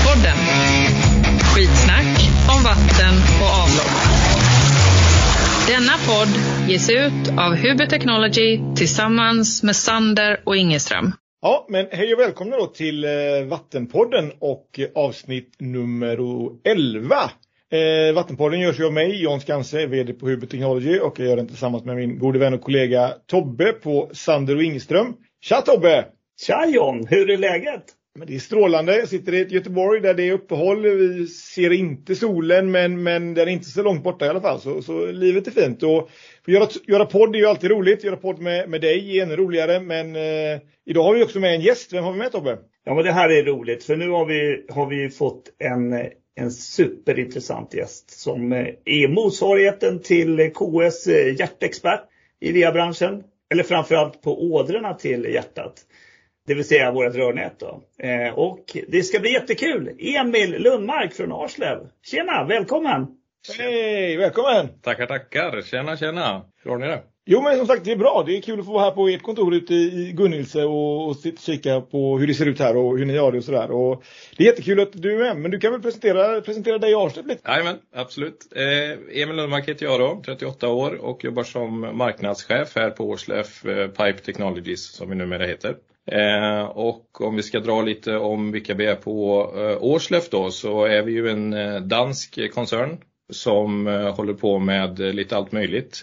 Vattenpodden. Skitsnack om vatten och avlopp. Denna podd ges ut av Huber Technology tillsammans med Sander och Ingeström. Ja, men hej och välkomna då till Vattenpodden och avsnitt nummer 11. Vattenpodden görs ju av mig, Jon Skanse, vd på Huber Technology, och jag gör den tillsammans med min gode vän och kollega Tobbe på Sander och Ingeström. Tja Tobbe! Tja Jon, hur är läget? Men det är strålande. Jag sitter i Göteborg där det är uppehåll. Vi ser inte solen, men den är inte så långt borta i alla fall. Så livet är fint. Och göra podd är ju alltid roligt. Göra podd med dig är ännu roligare. Men idag har vi också med en gäst. Vem har vi med, Tobbe? Ja, men det här är roligt. För nu har vi fått en superintressant gäst som är motsvarigheten till KS hjärtexpert i VA-branschen. Eller framförallt på ådrorna till hjärtat. Det vill säga vårt rörnät då. Och det ska bli jättekul. Emil Lundmark från Arslev. Tjena, välkommen! Hej, välkommen! Tackar. Tjena. Hur har ni det? Jo, men som sagt, det är bra. Det är kul att få vara här på ert kontor ute i Gunnilse och kika på hur det ser ut här och hur ni har det och sådär. Och det är jättekul att du är med, men du kan väl presentera dig i Arslev lite? Jajamän, absolut. Emil Lundmark heter jag då, 38 år och jobbar som marknadschef här på Arslev Pipe Technologies som vi numera heter. Och om vi ska dra lite om vilka vi är på Arslev då, så är vi ju en dansk koncern som håller på med lite allt möjligt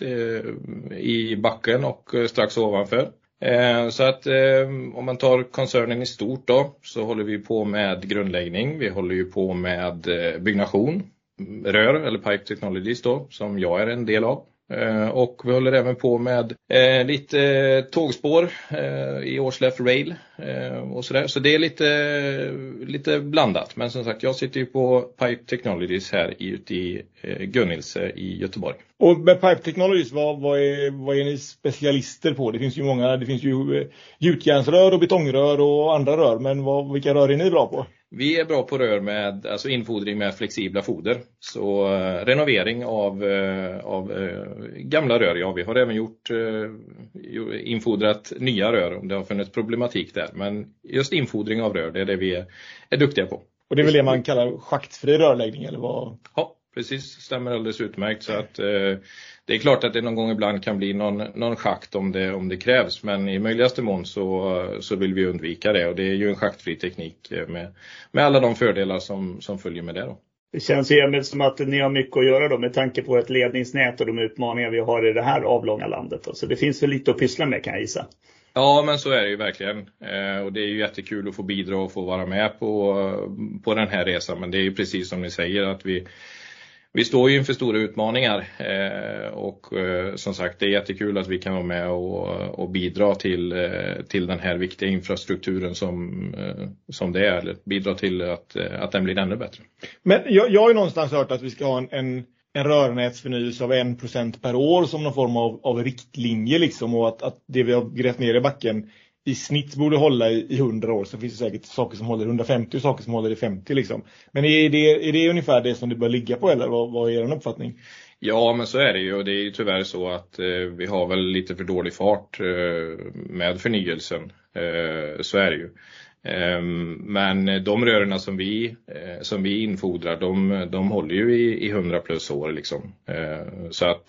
i backen och strax ovanför. Så att om man tar koncernen i stort då, så håller vi på med grundläggning. Vi håller ju på med byggnation, rör eller Pipe Technologies då, som jag är en del av. Och vi håller även på med lite tågspår i Arslev Rail och sådär. Så det är lite blandat. Men som sagt, jag sitter ju på Pipe Technologies här ute i Gunnilse i Göteborg. Och med Pipe Technologies, vad är ni specialister på? Det finns ju många, det finns ju gjutjärnsrör och betongrör och andra rör. Men vilka rör är ni bra på? Vi är bra på rör med infodring med flexibla foder. Så renovering av gamla rör. Ja, vi har även infodrat nya rör om det har funnits problematik där. Men just infodring av rör, det är det vi är duktiga på. Och det är väl det man kallar schaktfri rörläggning eller vad? Ja, precis. Stämmer alldeles utmärkt. Så att det är klart att det någon gång ibland kan bli någon schakt om det krävs. Men i möjligaste mån så vill vi undvika det. Och det är ju en schaktfri teknik med alla de fördelar som följer med det då. Det känns ju som att ni har mycket att göra då med tanke på ett ledningsnät och de utmaningar vi har i det här avlånga landet då. Så det finns väl lite att pyssla med, kan jag gissa. Ja, men så är det ju verkligen. Och det är ju jättekul att få bidra och få vara med på den här resan. Men det är ju precis som ni säger att vi står ju inför stora utmaningar och som sagt det är jättekul att vi kan vara med och bidra till den här viktiga infrastrukturen som det är, eller bidra till att den blir ännu bättre. Men jag har ju någonstans hört att vi ska ha en rörnätsförnyelse av 1% per år som någon form av riktlinje liksom, och att det vi har grävt ner i backen i snitt borde hålla i 100 år. Så finns det säkert saker som håller 150 och saker som håller i 50 liksom. Men är det ungefär det som det bör ligga på, eller vad är er uppfattning? Ja, men så är det ju, och det är ju tyvärr så att vi har väl lite för dålig fart med förnyelsen. Så är det ju. Men de rörerna som vi infodrar, de håller ju i 100 plus år liksom. Så att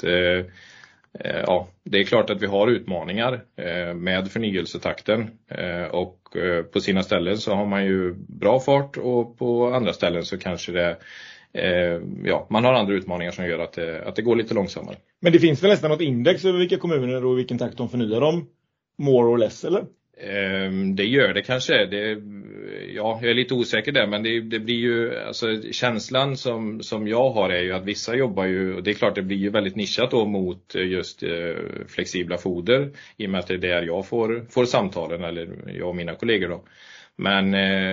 ja, det är klart att vi har utmaningar med förnyelsetakten och på sina ställen så har man ju bra fart och på andra ställen så kanske det man har andra utmaningar som gör att det går lite långsammare. Men det finns väl nästan något index över vilka kommuner och vilken takt de förnyar dem, more or less, eller? Det gör det kanske. Jag är lite osäker där, men det blir ju, alltså känslan som jag har är ju att vissa jobbar ju, och det är klart det blir ju väldigt nischat då mot just flexibla foder i och med att det är där jag får samtalen, eller jag och mina kollegor då. Men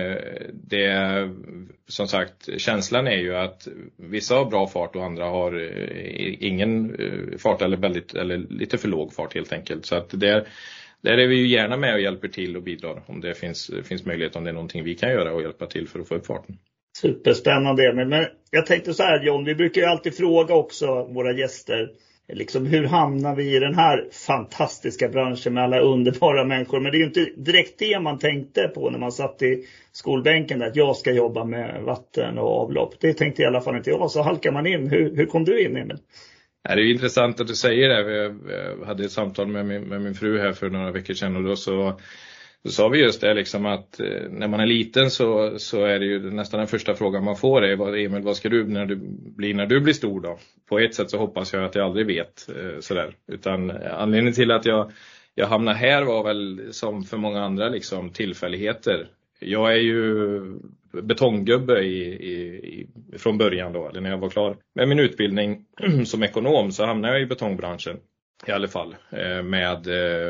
det, som sagt, känslan är ju att vissa har bra fart och andra har ingen fart eller lite för låg fart helt enkelt. Så att där är vi ju gärna med och hjälper till och bidrar om det finns möjlighet, om det är någonting vi kan göra och hjälpa till för att få upp farten. Superspännande. Men jag tänkte så här, John, vi brukar ju alltid fråga också våra gäster liksom, hur hamnar vi i den här fantastiska branschen med alla underbara människor? Men det är ju inte direkt det man tänkte på när man satt i skolbänken där, att jag ska jobba med vatten och avlopp. Det tänkte i alla fall inte jag. Så halkar man in. Hur kom du in, Emil? Det är ju intressant att du säger det. Vi hade ett samtal med min fru här för några veckor sedan, och då så sa vi just det liksom, att när man är liten så är det ju nästan den första frågan man får är: Emil, vad ska du när du blir stor då? På ett sätt så hoppas jag att jag aldrig vet sådär. Utan anledningen till att jag hamnade här var väl som för många andra liksom tillfälligheter. Jag är ju betonggubbe från början då, eller när jag var klar med min utbildning som ekonom, så hamnade jag i betongbranschen i alla fall, med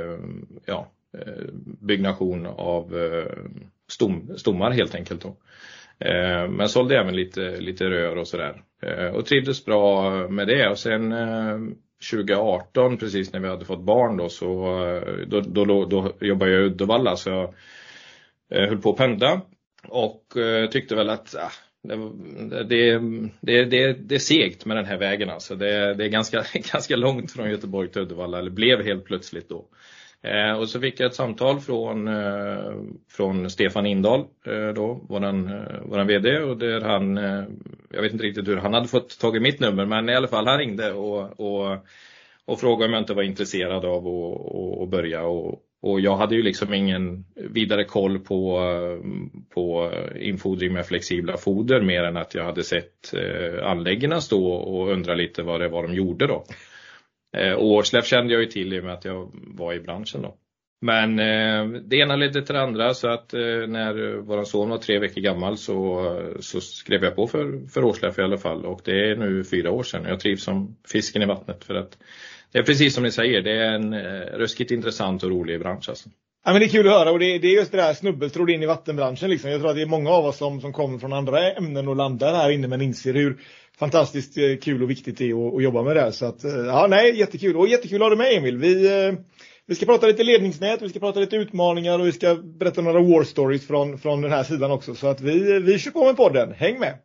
byggnation av stommar helt enkelt då. Men sålde även lite rör och sådär, och trivdes bra med det. Och sen 2018, precis när vi hade fått barn då, så då jobbade jag i Uddevalla, så jag höll på att pendla och tyckte väl att det är segt med den här vägen alltså. Det är ganska långt från Göteborg till Uddevalla, eller blev helt plötsligt då. Och så fick jag ett samtal från Stefan Indahl då, våran vd, och där han, jag vet inte riktigt hur han hade fått tag i mitt nummer, men i alla fall han ringde och frågade om jag inte var intresserad av att börja, och jag hade ju liksom ingen vidare koll på infodring med flexibla foder, mer än att jag hade sett anläggarna stå och undra lite vad det var de gjorde då. Och Årsleff kände jag ju till i och med att jag var i branschen då. Men det ena ledde till det andra, så att när våran son var 3 veckor gammal så skrev jag på för Årsleff i alla fall. Och det är nu 4 år sedan. Jag trivs som fisken i vattnet, för att det är precis som ni säger, det är en ruskigt intressant och rolig bransch alltså. Ja, men det är kul att höra, och det är just det där snubbeltråd in i vattenbranschen liksom. Jag tror att det är många av oss som kommer från andra ämnen och landar här inne, men inser hur fantastiskt kul och viktigt det är att jobba med det här. Så att, jättekul. Och jättekul att ha dig med, Emil. Vi ska prata lite ledningsnät, vi ska prata lite utmaningar, och vi ska berätta några war stories från den här sidan också. Så att vi kör på med podden. Häng med!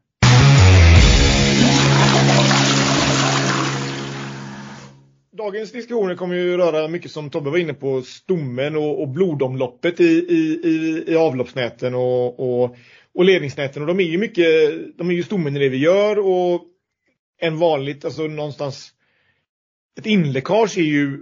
Dagens diskussioner kommer ju röra mycket, som Tobbe var inne på, stommen och blodomloppet i avloppsnäten och ledningsnäten. Och de är ju stommen i det vi gör, och en vanligt, alltså någonstans, ett inläckage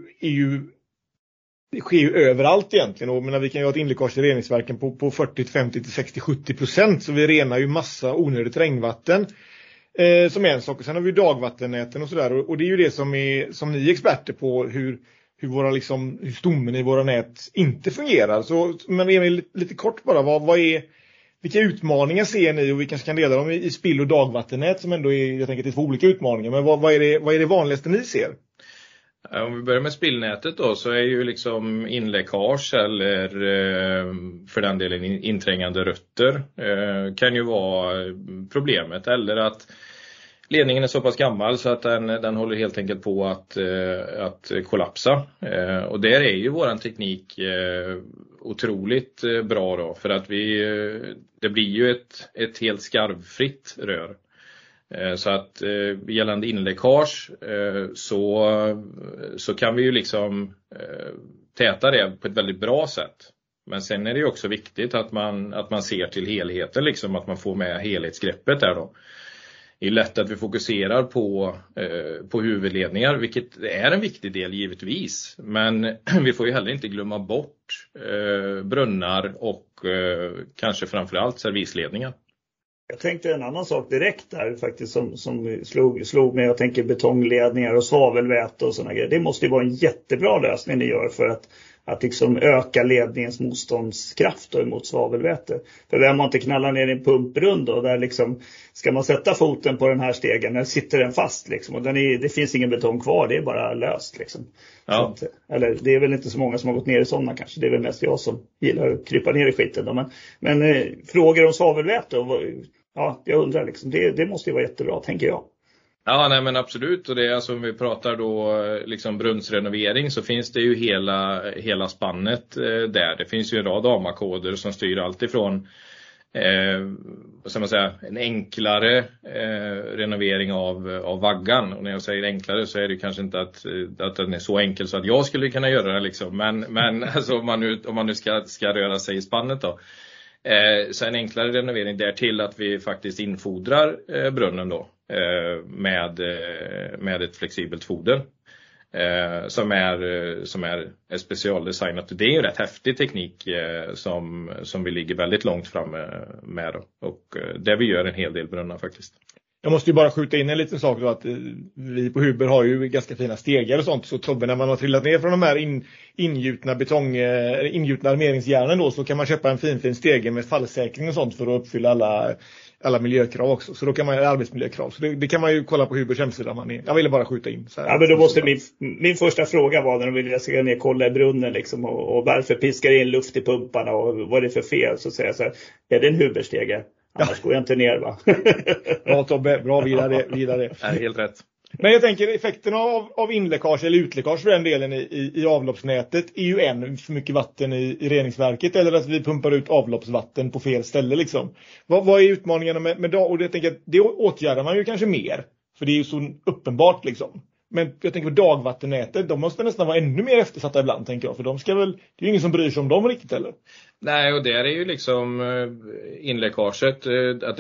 det sker ju överallt egentligen. Och men vi kan ju ha ett inläckage i reningsverken på 40, 50 till 60, 70%, så vi renar ju massa onödigt regnvatten. Som är en sak. Och sen har vi dagvattennäten och sådär. Och det är ju det som ni är experter på, hur hur stommen i våra nät inte fungerar. Så, men Emil, lite kort bara, vilka utmaningar ser ni, och vi kanske kan dela dem i spill- och dagvattennät, som ändå är, jag tänker, det är 2 olika utmaningar. Men vad är det vanligaste ni ser? Om vi börjar med spillnätet då, så är ju liksom inläckage eller för den delen inträngande rötter kan ju vara problemet, eller att ledningen är så pass gammal så att den håller helt enkelt på att kollapsa. Och där är ju våran teknik otroligt bra då, för att det blir ju ett helt skarvfritt rör. Så att gällande inläckage så kan vi ju liksom täta det på ett väldigt bra sätt. Men sen är det ju också viktigt att man ser till helheten, liksom att man får med helhetsgreppet där då. Det är lätt att vi fokuserar på huvudledningar, vilket är en viktig del givetvis. Men vi får ju heller inte glömma bort brunnar och kanske framförallt servisledningar. Jag tänkte en annan sak direkt där faktiskt som slog mig. Jag tänker betongledningar och svavelväte och sådana grejer. Det måste ju vara en jättebra lösning ni gör för att liksom öka ledningens motståndskraft emot svavelväte. För vem man inte knallar ner i en pumprund då, där liksom ska man sätta foten på den här stegen, där sitter den fast liksom, och det finns ingen betong kvar, det är bara löst liksom. Ja. Så att, eller det är väl inte så många som har gått ner i sådana kanske, det är väl mest jag som gillar att krypa ner i skiten då. Men frågor om svavelväte, ja, jag undrar liksom, det måste ju vara jättebra, tänker jag. Ja, nej men absolut, och det är alltså, om vi pratar då liksom brunnsrenovering, så finns det ju hela spannet där. Det finns ju en rad AMA-koder som styr allt ifrån vad ska man säga, en enklare renovering av vaggan. Och när jag säger enklare så är det kanske inte att den är så enkel så att jag skulle kunna göra det liksom. Men alltså, om man nu ska röra sig i spannet då. Så en enklare renovering där till att vi faktiskt infodrar brunnen då med ett flexibelt foder. Som är specialdesignat. Det är ju rätt häftig teknik som vi ligger väldigt långt fram med då. Och där vi gör en hel del brunnar faktiskt. Jag måste ju bara skjuta in en liten sak då, att vi på Huber har ju ganska fina stegar och sånt. Så Tobbe, när man har trillat ner från de här ingjutna armeringsjärnen då, så kan man köpa en fin stege med fallsäkring och sånt för att uppfylla alla miljökrav också. Så då kan man göra arbetsmiljökrav. Så det kan man ju kolla på Hubers hemsida. Jag ville bara skjuta in. Så här. Ja, men då måste min första fråga var när de ville se ner kolla i brunnen liksom, och varför piskar in luft i pumparna och vad är det för fel, så säger jag så här, är det en Huberstege? Annars går jag inte ner, va? Bra Tobbe, bra vidare. Ja, helt rätt. Men jag tänker effekterna av inläckage eller utläckage för den delen i avloppsnätet är ju för mycket vatten i reningsverket, eller att vi pumpar ut avloppsvatten på fel ställe liksom. Vad är utmaningarna med och jag tänker att det åtgärdar man ju kanske mer, för det är ju så uppenbart liksom. Men jag tänker på dagvattennätet, de måste nästan vara ännu mer eftersatta ibland, tänker jag. För de ska väl, det är ju ingen som bryr sig om dem riktigt, eller? Nej, och där är ju liksom inläckaget att det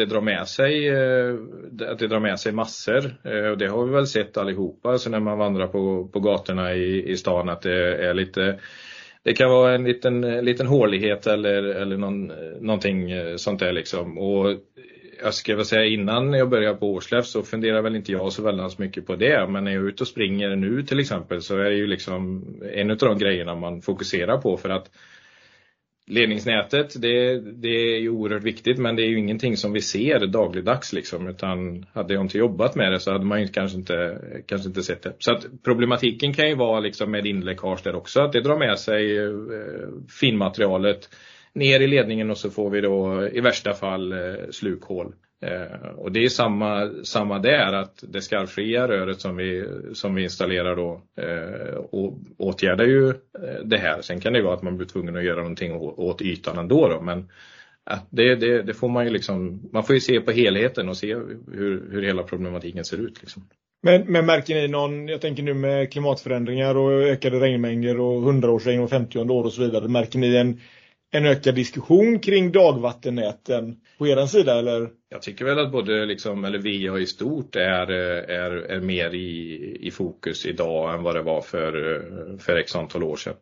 drar med sig massor. Och det har vi väl sett allihopa. Så när man vandrar på gatorna i stan, att det är lite... Det kan vara en liten hålighet eller någonting sånt där liksom. Och jag ska väl säga, innan jag började på Årslev så funderar väl inte jag så väldigt mycket på det. Men när jag är ute och springer nu till exempel, så är det ju liksom en av de grejerna man fokuserar på. För att ledningsnätet, det är ju oerhört viktigt, men det är ju ingenting som vi ser dagligdags liksom. Utan hade jag inte jobbat med det så hade man ju kanske inte sett det. Så att problematiken kan ju vara liksom med inläckage där också, att det drar med sig finmaterialet ner i ledningen, och så får vi då i värsta fall slukhål. Och det är samma där, att det skarvfria röret som vi installerar då och åtgärdar ju det här. Sen kan det vara att man blir tvungen att göra någonting åt ytan ändå då, men det får man ju liksom, man får ju se på helheten och se hur hela problematiken ser ut liksom. Men märker ni någon, jag tänker nu med klimatförändringar och ökade regnmängder och 100-årsregn och 50-års år och så vidare, märker ni en ökad diskussion kring dagvattennäten på er sida, eller? Jag tycker väl att både liksom, eller VA i stort är mer i fokus idag än vad det var för x antal år sedan.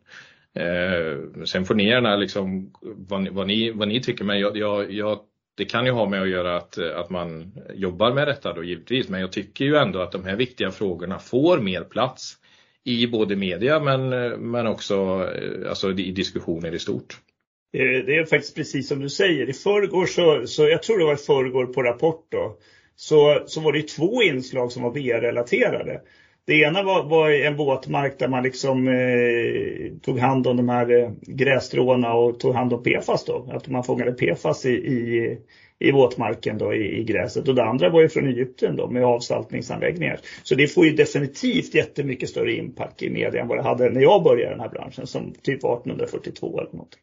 Sen får ni gärna liksom vad ni tycker, men det kan ju ha med att göra att man jobbar med detta då givetvis, men jag tycker ju ändå att de här viktiga frågorna får mer plats i både media men också alltså i diskussioner i stort. Det är faktiskt precis som du säger. I förrgår så jag tror det var i förrgår på Rapport då, så var det 2 inslag som var VR-relaterade. Det ena var en våtmark där man liksom tog hand om de här grässtråna och tog hand om PFAS då. Att man fångade PFAS i våtmarken då, i gräset. Och det andra var ju från Egypten då, med avsaltningsanläggningar. Så det får ju definitivt jättemycket större impact i media än vad det hade när jag började den här branschen, som typ 1842 eller något.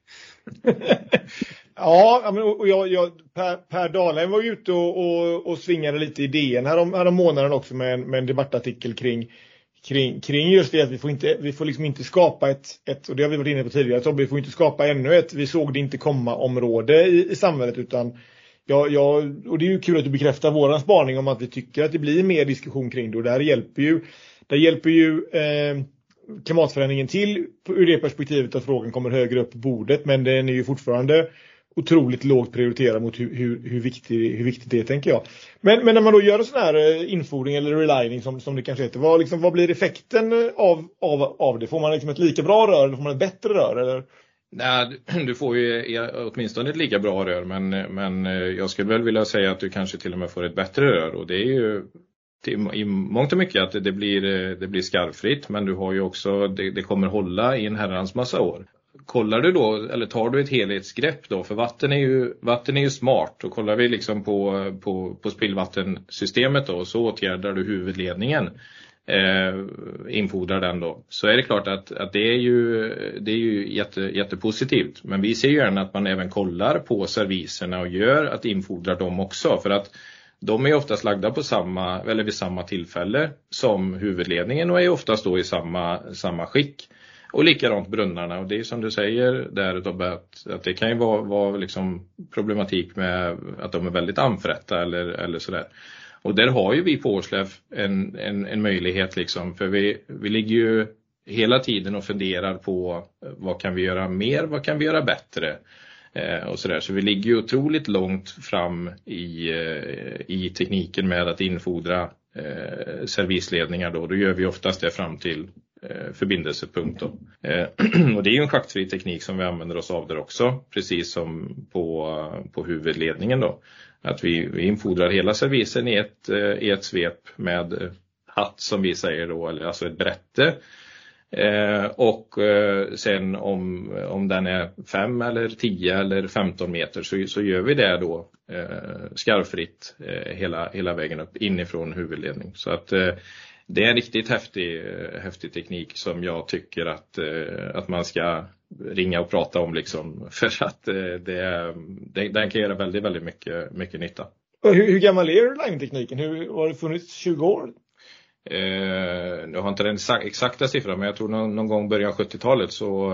Ja, men och Per Dahlheim var ju ute och svingade lite i DN här om månaden också med en debattartikel kring just det, att vi får liksom inte skapa ett, och det har vi varit inne på tidigare, så vi får inte skapa ännu ett vi såg det inte komma område i samhället, utan och det är ju kul att du bekräftar våran spaning om att vi tycker att det blir mer diskussion kring det, och där hjälper ju klimatförändringen till ur det perspektivet att frågan kommer högre upp på bordet, men den är ju fortfarande otroligt lågt prioriterad mot hur viktigt det är, tänker jag. Men när man då gör en sån här infodring eller relining som det kanske heter, vad blir effekten av det? Får man liksom ett lika bra rör eller får man ett bättre rör? Eller? Nej, du får ju åtminstone ett lika bra rör, men jag skulle väl vilja säga att du kanske till och med får ett bättre rör, och det är ju i mångt och mycket att det blir skarvfritt, men du har ju också, det kommer hålla i en herrans massa år. Kollar du då, eller tar du ett helhetsgrepp då, för vatten är ju smart, och kollar vi liksom på spillvattensystemet då, så åtgärdar du huvudledningen. infordrar den då, så är det klart att det är ju jättepositivt. Men vi ser ju gärna att man även kollar på serviserna och gör att infordrar dem också, för att de är oftast lagda på vid samma tillfälle som huvudledningen och är oftast då i samma skick. Och likadant brunnarna, och det är som du säger där Tobbe, att det kan ju vara liksom problematik med att de är väldigt anfrätta eller sådär. Och där har ju vi på Årslev en möjlighet liksom, för vi ligger ju hela tiden och funderar på vad kan vi göra mer, vad kan vi göra bättre och sådär. Så vi ligger ju otroligt långt fram i tekniken med att infordra servisledningar då. Då gör vi oftast det fram till förbindelsepunkt då. Och det är ju en schaktfri teknik som vi använder oss av där också, precis som på huvudledningen då. Att vi infordrar hela servisen i ett svep med hatt som vi säger då, eller alltså ett brätte. Och sen om den är 5 eller 10 eller 15 meter så gör vi det då skarvfritt hela vägen upp inifrån huvudledning. Så att det är en riktigt häftig teknik som jag tycker att man ska ringa och prata om liksom, för att den kan göra väldigt, väldigt mycket nytta. Och hur gammal är Lime-tekniken? Har det funnits 20 år? Jag har inte den exakta siffran, men jag tror någon gång början 70-talet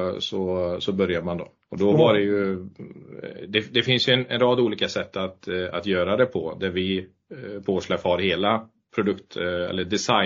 så börjar man då. Och då var det ju, det finns ju en rad olika sätt att göra det på, där vi på Årslev har hela produkt eller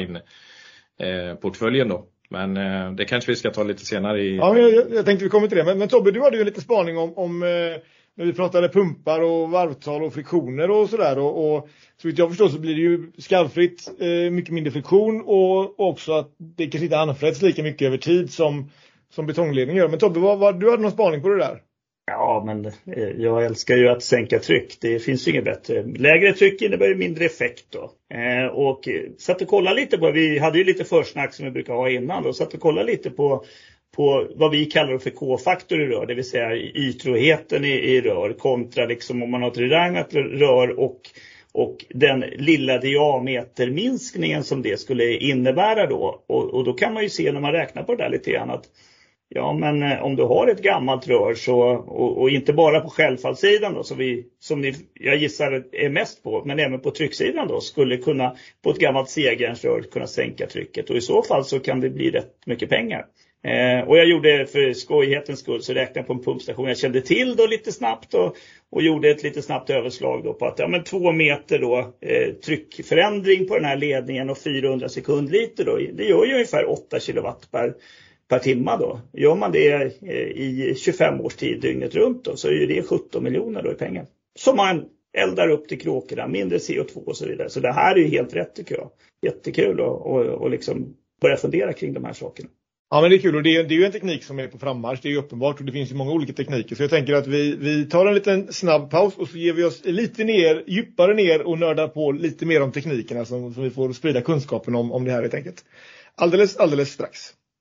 designportföljen då. Men det kanske vi ska ta lite senare i... Ja, jag tänkte vi kommer till det. Men Tobbe, du hade ju lite spaning om när vi pratade pumpar och varvtal och friktioner och sådär. Och så vitt jag förstår så blir det ju skarvfritt, mycket mindre friktion och också att det kanske inte anfräts lika mycket över tid som betongledning gör. Men Tobbe, du hade någon spaning på det där? Ja, men jag älskar ju att sänka tryck. Det finns ju inget bättre. Lägre tryck innebär ju mindre effekt då. Och satt och kolla lite på, vi hade ju lite försnack som vi brukar ha innan då. Satt och kolla lite på vad vi kallar för K-faktor i rör. Det vill säga yttroheten i rör kontra liksom om man har ett redangat rör och den lilla diameterminskningen som det skulle innebära då. Och då kan man ju se när man räknar på det där lite grann att ja, men om du har ett gammalt rör så, och inte bara på självfallssidan då, som ni, jag gissar är mest på, men även på trycksidan då, skulle kunna på ett gammalt segjärnsrör kunna sänka trycket. Och i så fall så kan det bli rätt mycket pengar. Och jag gjorde för skojighetens skull så räknade jag på en pumpstation. Jag kände till då lite snabbt och gjorde ett lite snabbt överslag då på att 2 meter då tryckförändring på den här ledningen och 400 sekundliter då. Det gör ju ungefär 8 kilowatt per timma då. Gör man det i 25 års tid dygnet runt då, så är ju det 17 miljoner då i pengar. Som man eldar upp till kråkorna, mindre CO2 och så vidare. Så det här är ju helt rätt tycker jag. Jättekul och liksom börja fundera kring de här sakerna. Ja, men det är kul och det är ju en teknik som är på frammarsch, det är ju uppenbart och det finns ju många olika tekniker. Så jag tänker att vi tar en liten snabb paus och så ger vi oss lite djupare ner och nördar på lite mer om teknikerna så vi får sprida kunskapen om det här helt enkelt. Alldeles strax.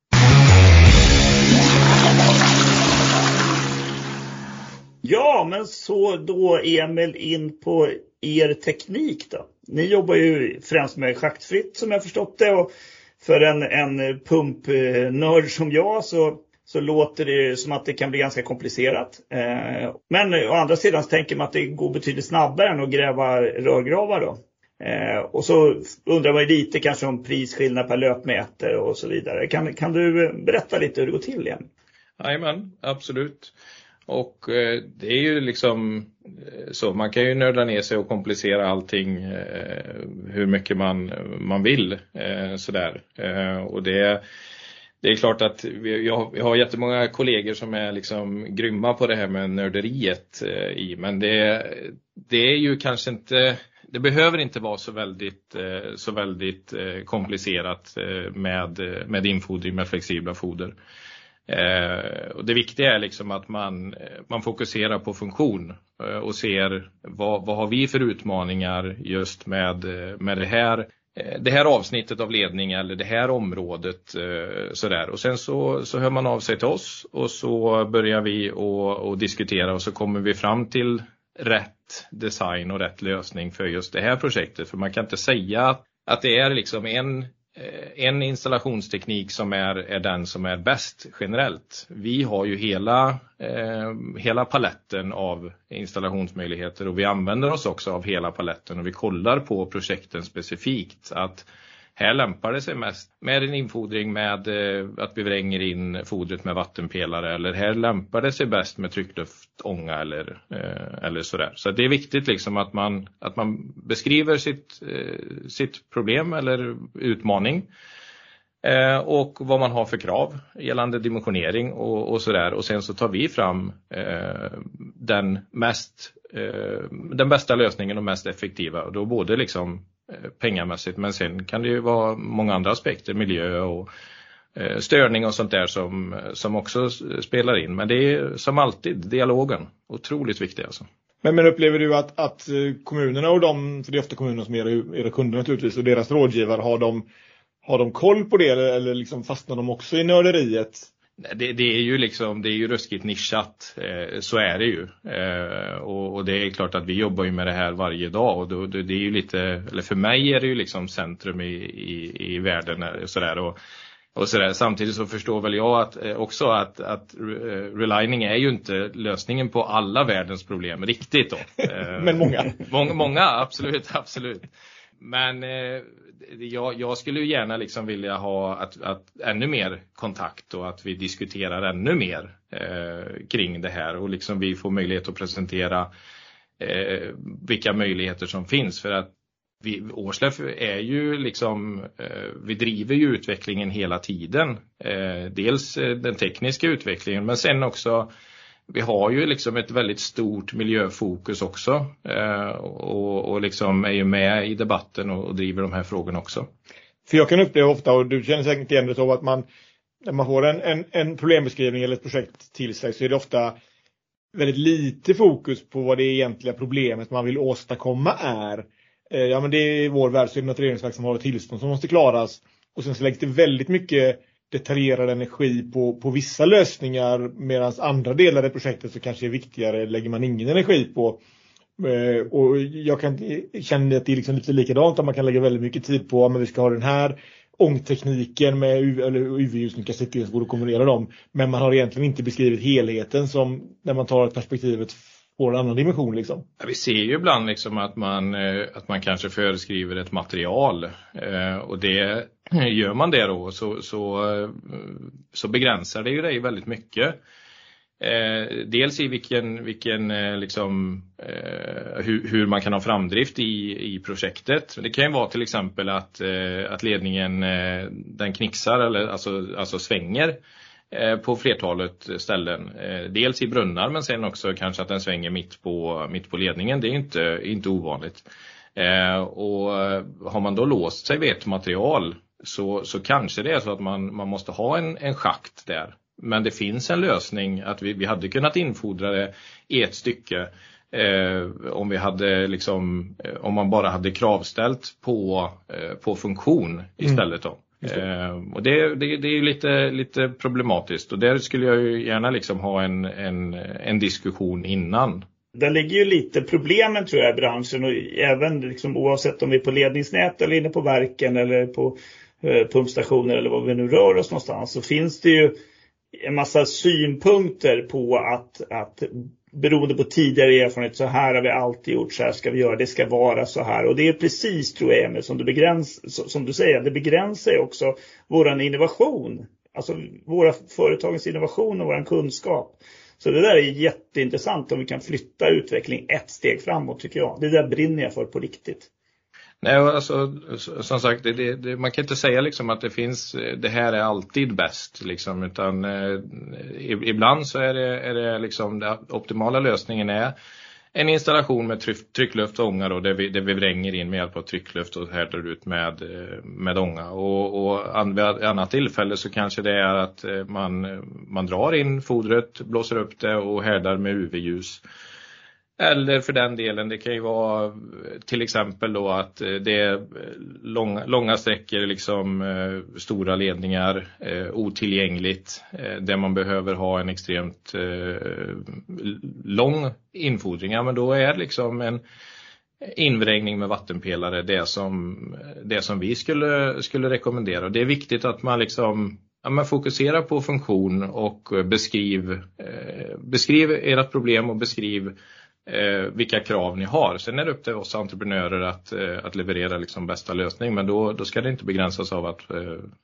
Ja, men så då Emil in på er teknik då. Ni jobbar ju främst med schaktfritt som jag förstått det och för en pumpnörd som jag så låter det som att det kan bli ganska komplicerat. Men å andra sidan så tänker man att det går betydligt snabbare än att gräva rörgravar då. Och så undrar man lite kanske om prisskillnad per löpmeter och så vidare. Kan du berätta lite hur det går till igen? Jajamän, absolut. Och det är ju liksom så, man kan ju nörda ner sig och komplicera allting hur mycket man vill sådär. Och det är klart att jag har jättemånga kollegor som är liksom grymma på det här med nörderiet men det är ju kanske inte, det behöver inte vara så väldigt komplicerat med infodring med flexibla foder. Och det viktiga är liksom att man fokuserar på funktion och ser vad har vi för utmaningar just med det här avsnittet av ledning eller det här området sådär. Och sen så hör man av sig till oss och så börjar vi och diskutera och så kommer vi fram till rätt design och rätt lösning för just det här projektet. För man kan inte säga att det är liksom en installationsteknik som är den som är bäst generellt. Vi har ju hela paletten av installationsmöjligheter och vi använder oss också av hela paletten och vi kollar på projekten specifikt att här lämpar det sig mest med en infodring med att vi vränger in fodret med vattenpelare eller här lämpar det sig bäst med tryckluftånga eller sådär. Så det är viktigt liksom att man beskriver sitt problem eller utmaning och vad man har för krav gällande dimensionering och sådär. Och sen så tar vi fram den bästa lösningen och mest effektiva. Och då både liksom pengamässigt men sen kan det ju vara många andra aspekter, miljö och störning och sånt där som också spelar in. Men det är som alltid dialogen, otroligt viktig alltså. Men upplever du att kommunerna och för det är ofta kommunerna som är era kunder naturligtvis och deras rådgivare har de koll på det eller liksom fastnar de också i nörderiet? Det är ju liksom, det är ju ruskigt nischat, så är det ju. Och det är klart att vi jobbar ju med det här varje dag och det är ju lite, eller för mig är det ju liksom centrum i världen sådär och sådär. Samtidigt så förstår väl jag att relining är ju inte lösningen på alla världens problem riktigt då. Men många, absolut. Men jag skulle ju gärna liksom vilja ha att ännu mer kontakt och att vi diskuterar ännu mer kring det här och liksom vi får möjlighet att presentera vilka möjligheter som finns för att Årslef är ju liksom, vi driver ju utvecklingen hela tiden. Dels den tekniska utvecklingen men sen också vi har ju liksom ett väldigt stort miljöfokus också och liksom är ju med i debatten och driver de här frågorna också. För jag kan uppleva ofta, och du känner säkert igen det så, att när man får en problembeskrivning eller ett projekt till sig så är det ofta väldigt lite fokus på vad det egentliga problemet man vill åstadkomma är. Ja men det är vår värld så är det något reningsverk som har ett tillstånd som måste klaras och sen så läggs det väldigt mycket detaljerad energi på vissa lösningar medan andra delar i projektet så kanske är viktigare lägger man ingen energi på. Och jag kan känna att det är liksom lite likadant att man kan lägga väldigt mycket tid på att vi ska ha den här ångtekniken med UV-ljusning kassett och kombinera dem. Men man har egentligen inte beskrivit helheten som när man tar perspektivet på en annan dimension liksom. Ja, vi ser ju ibland liksom att man kanske föreskriver ett material och det gör man det då så begränsar det ju dig väldigt mycket. Dels i vilken liksom hur man kan ha framdrift i projektet. Det kan ju vara till exempel att ledningen den knixar eller alltså svänger på flertalet ställen. Dels i brunnar men sen också kanske att den svänger mitt på ledningen. Det är inte ovanligt. Och har man då låst sig vid ett material så kanske det är så att man måste ha en schakt där. Men det finns en lösning att vi hade kunnat infodra det i ett stycke om vi hade liksom, om man bara hade kravställt på funktion istället då. Och det är ju lite problematiskt och där skulle jag ju gärna liksom ha en diskussion innan. Där ligger ju lite problemen tror jag i branschen och även liksom, oavsett om vi är på ledningsnät eller inne på verken eller på pumpstationer eller vad vi nu rör oss någonstans så finns det ju en massa synpunkter på att beroende på tidigare erfarenhet så här har vi alltid gjort, så här ska vi göra, det ska vara så här. Och det är precis tror jag Emil, som du säger, det begränsar också våran innovation. Alltså våra företagens innovation och våran kunskap. Så det där är jätteintressant om vi kan flytta utveckling ett steg framåt tycker jag. Det där brinner jag för på riktigt. Nej, alltså som sagt, man kan inte säga liksom att det här är alltid bäst liksom, utan ibland så är det liksom den optimala lösningen är en installation med tryckluft och ånga då, där vi vränger in med hjälp av tryckluft och härdar ut med ånga och vid annat tillfälle så kanske det är att man drar in fodret, blåser upp det och härdar med UV-ljus. Eller för den delen, det kan ju vara till exempel då att det är långa sträckor, liksom stora ledningar, otillgängligt, där man behöver ha en extremt lång infodring. Ja, men då är liksom invrängning med vattenpelare, det som vi skulle rekommendera. Och det är viktigt att man liksom man fokuserar på funktion och beskriv ert problem och beskriv vilka krav ni har. Sen är det upp till oss entreprenörer att leverera liksom bästa lösning, men då ska det inte begränsas av att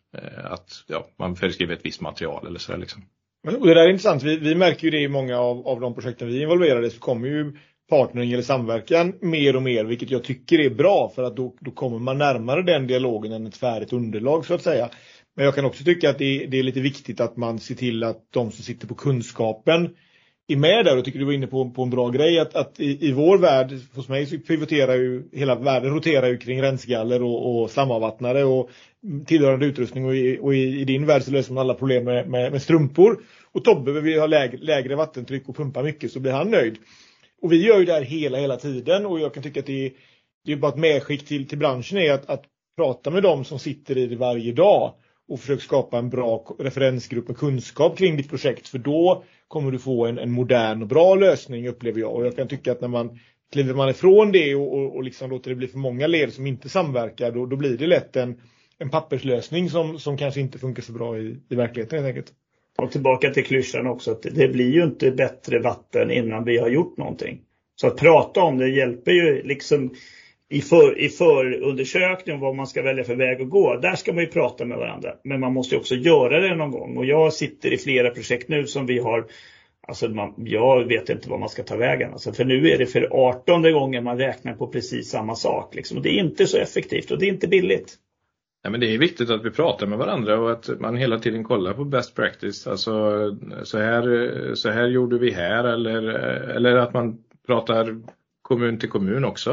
man föreskriver ett visst material eller så liksom. Och det där är intressant. Vi märker ju det i många av de projekten vi är involverade i, så kommer ju partnering eller samverkan mer och mer, vilket jag tycker är bra, för att då kommer man närmare den dialogen än ett färdigt underlag så att säga. Men jag kan också tycka att det är lite viktigt att man ser till att de som sitter på kunskapen är med där. Och tycker du var inne på en bra grej att i vår värld, hos mig så pivoterar ju hela världen, roterar ju kring rensgaller och slamavvattnare och tillhörande utrustning, och i din värld så löser man alla problem med strumpor. Och Tobbe vill ha lägre vattentryck och pumpa mycket, så blir han nöjd. Och vi gör ju det här hela tiden, och jag kan tycka att det är bara ett medskick till branschen är att prata med dem som sitter i det varje dag och försöka skapa en bra referensgrupp med kunskap kring ditt projekt, för då kommer du få en modern och bra lösning, upplever jag. Och jag kan tycka att när man kliver ifrån det och liksom låter det bli för många led som inte samverkar, då blir det lätt en papperslösning som kanske inte funkar så bra i verkligheten helt enkelt. Och tillbaka till klyschan också, att det blir ju inte bättre vatten innan vi har gjort någonting. Så att prata om det hjälper ju liksom i förundersökning vad man ska välja för väg att gå. Där ska man ju prata med varandra. Men man måste ju också göra det någon gång. Och jag sitter i flera projekt nu som vi har, alltså jag vet inte vad man ska ta vägen. Alltså för nu är det för 18:e gången man räknar på precis samma sak. Liksom. Och det är inte så effektivt och det är inte billigt. Ja, men det är viktigt att vi pratar med varandra och att man hela tiden kollar på best practice. Alltså så här gjorde vi här, eller att man pratar kommun till kommun också,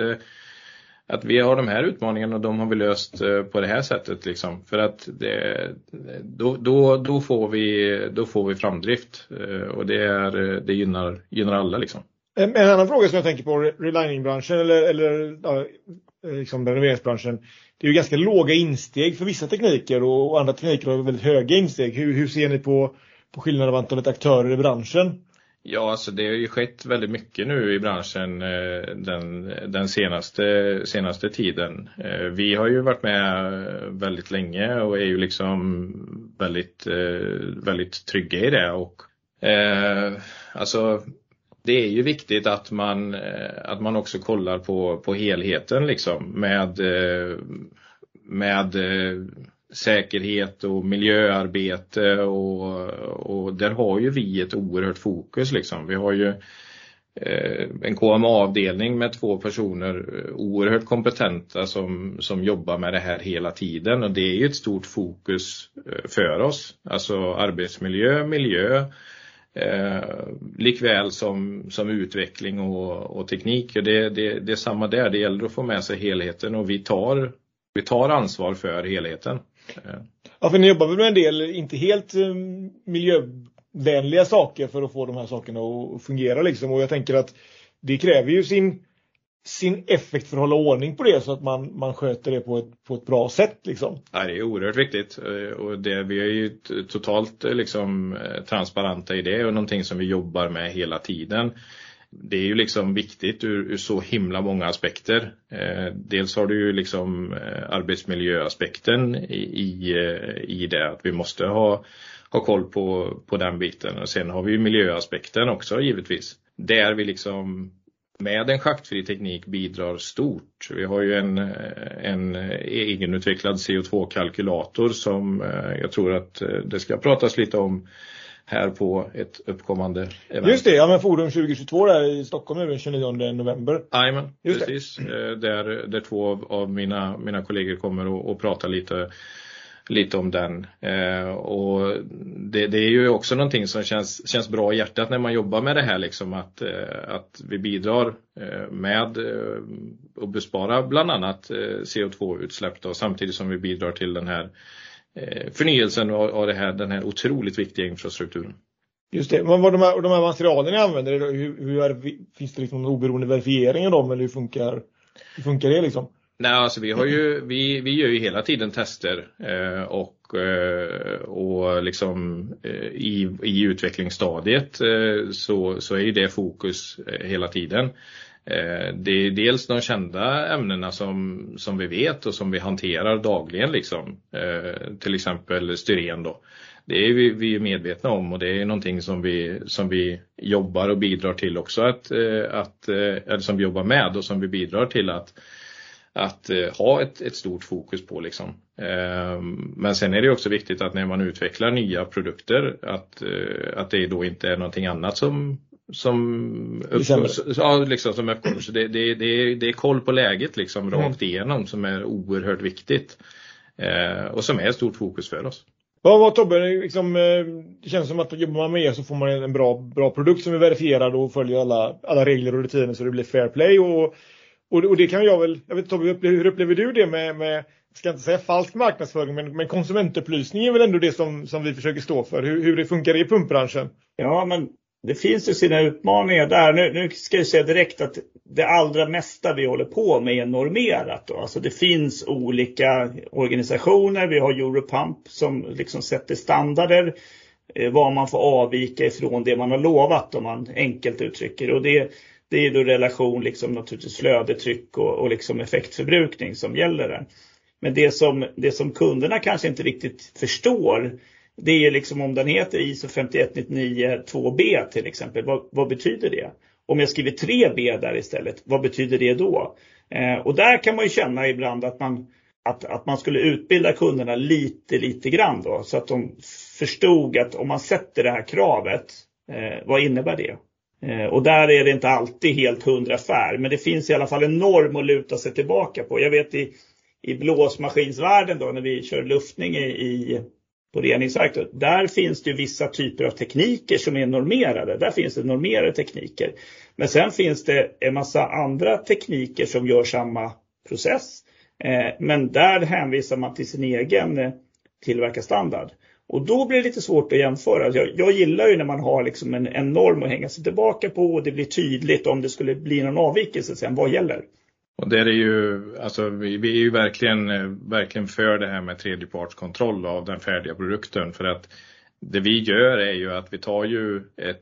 att vi har de här utmaningarna och de har vi löst på det här sättet liksom, för att då får vi framdrift, och det gynnar alla liksom. En annan fråga som jag tänker på, relinningbranschen eller liksom renoveringsbranschen, det är ju ganska låga insteg för vissa tekniker och andra tekniker har väldigt höga insteg. Hur ser ni på skillnaden av antalet aktörer i branschen? Ja, alltså det har ju skett väldigt mycket nu i branschen den senaste tiden. Vi har ju varit med väldigt länge och är ju liksom väldigt trygga i det, och alltså det är ju viktigt att man också kollar på helheten liksom, med säkerhet och miljöarbete, och där har ju vi ett oerhört fokus liksom. Vi har ju en KMA-avdelning med 2 personer, oerhört kompetenta som jobbar med det här hela tiden, och det är ju ett stort fokus för oss. Alltså arbetsmiljö, miljö, likväl som utveckling och teknik. Och det är samma där, det gäller att få med sig helheten, och vi tar ansvar för helheten. Ja, för ni jobbar väl med en del inte helt miljövänliga saker för att få de här sakerna att fungera liksom. Och jag tänker att det kräver ju sin effekt för att hålla ordning på det, så att man sköter det på ett bra sätt liksom. Ja, det är oerhört viktigt, och vi är ju totalt liksom transparenta i det, och någonting som vi jobbar med hela tiden. Det är ju liksom viktigt ur så himla många aspekter. Dels har du ju liksom arbetsmiljöaspekten i det, att vi måste ha koll på den biten. Och sen har vi ju miljöaspekten också givetvis. Där vi liksom med en schaktfri teknik bidrar stort. Vi har ju en egenutvecklad CO2-kalkylator som jag tror att det ska pratas lite om här på ett uppkommande event. Just det, ja, men Forum 2022 där i Stockholm nu den 29 november. Jajamän, precis. Där 2 av mina kollegor kommer att prata lite om den. Och det är ju också någonting som känns bra i hjärtat när man jobbar med det här liksom, att vi bidrar med att bespara bland annat CO2-utsläpp då, samtidigt som vi bidrar till den här förnyelsen av den här otroligt viktiga infrastrukturen. Just det, men de här materialen ni använder, finns det liksom en oberoende verifiering av dem, eller hur funkar det liksom? Nej, alltså vi gör ju hela tiden tester och liksom i utvecklingsstadiet så är ju det fokus hela tiden. Det är dels de kända ämnena som vi vet och som vi hanterar dagligen liksom. Till exempel styren då. Det är vi är medvetna om, och det är någonting som vi jobbar och bidrar till också eller som vi jobbar med och som vi bidrar till att ha ett stort fokus på liksom. Men sen är det också viktigt att när man utvecklar nya produkter att det då inte är någonting annat som uppkommer. Så det är koll på läget liksom rakt igenom som är oerhört viktigt och som är ett stort fokus för oss. Vad Tobbe, liksom, det känns som att jobbar man med er så får man en bra produkt som är verifierad och följer alla regler och rutiner så det blir fair play och det kan jag vet Tobbe, hur upplever du det med jag ska inte säga falsk marknadsföring, men konsumentupplysning är väl ändå det som vi försöker stå för. Hur det funkar i pumpbranschen? Ja, men det finns ju sina utmaningar där. Nu ska jag säga direkt att det allra mesta vi håller på med är normerat då. Alltså det finns olika organisationer. Vi har Europump som liksom sätter standarder. Vad man får avvika ifrån det man har lovat, om man enkelt uttrycker. Och det är då relation liksom naturligtvis flödetryck och liksom effektförbrukning som gäller där. Men det som kunderna kanske inte riktigt förstår, det är liksom om den heter ISO 51992 2B till exempel. Vad betyder det? Om jag skriver 3B där istället, vad betyder det då? Och där kan man ju känna ibland att man skulle utbilda kunderna lite grann då. Så att de förstod att om man sätter det här kravet, vad innebär det? Och där är det inte alltid helt 100 fär. Men det finns i alla fall en norm att luta sig tillbaka på. Jag vet i blåsmaskinsvärlden då, när vi kör luftning på reningsverk, där finns det ju vissa typer av tekniker som är normerade. Där finns det normerade tekniker. Men sen finns det en massa andra tekniker som gör samma process. Men där hänvisar man till sin egen tillverkarstandard. Och då blir det lite svårt att jämföra. Jag gillar ju när man har liksom en norm att hänga sig tillbaka på, och det blir tydligt om det skulle bli någon avvikelse sen. Vad gäller? Och det är ju, alltså vi är ju verkligen för det här med tredjepartskontroll av den färdiga produkten, för att det vi gör är ju att vi tar ju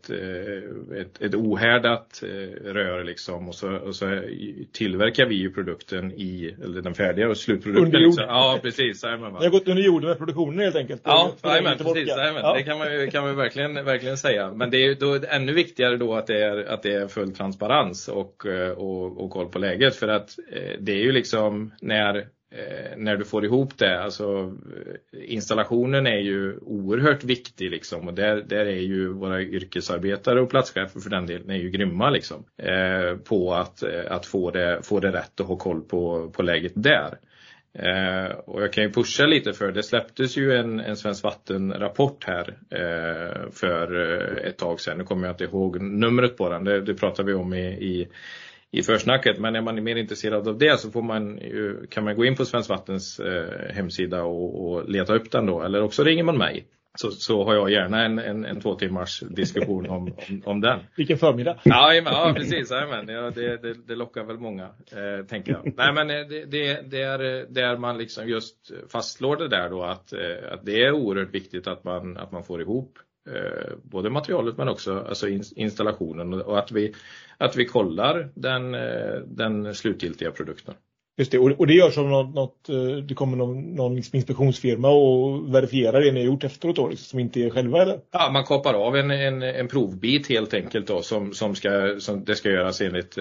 ett ohärdat rör liksom, och så tillverkar vi ju produkten eller den färdiga och slutprodukten. Under jord. Liksom. Ja, precis. Jag har gått under jorden med produktionen helt enkelt. Ja, precis. Ja. Det kan man verkligen säga. Men det är ju då ännu viktigare då att det är full transparens och koll på läget, för att det är ju liksom när du får ihop det, alltså installationen är ju oerhört viktig liksom, och där är ju våra yrkesarbetare och platschefer för den delen är ju grymma liksom, på att få det rätt och ha koll på läget där. Och jag kan ju pusha lite, för det släpptes ju en Svensk Vattenrapport här för ett tag sedan. Nu kommer jag inte ihåg numret på den, det pratar vi om i försnacket, men är man mer intresserad av det så kan man gå in på Svensk Vattens hemsida och leta upp den då, eller också ringer man mig. Så har jag gärna en 2 timmars diskussion om den. Vilken förmiddag. Ja, precis. Ja, det lockar väl många, tänker jag. Nej, men det är där man liksom just fastslår det där då, att det är oerhört viktigt att man får ihop både materialet men också alltså installationen, och att vi kollar den slutgiltiga produkten. Just det, och det görs som det kommer någon inspektionsfirma och verifierar det ni har gjort efteråt då, liksom, som inte är själva, eller? Ja, man koppar av en provbit helt enkelt då, som det ska göras enligt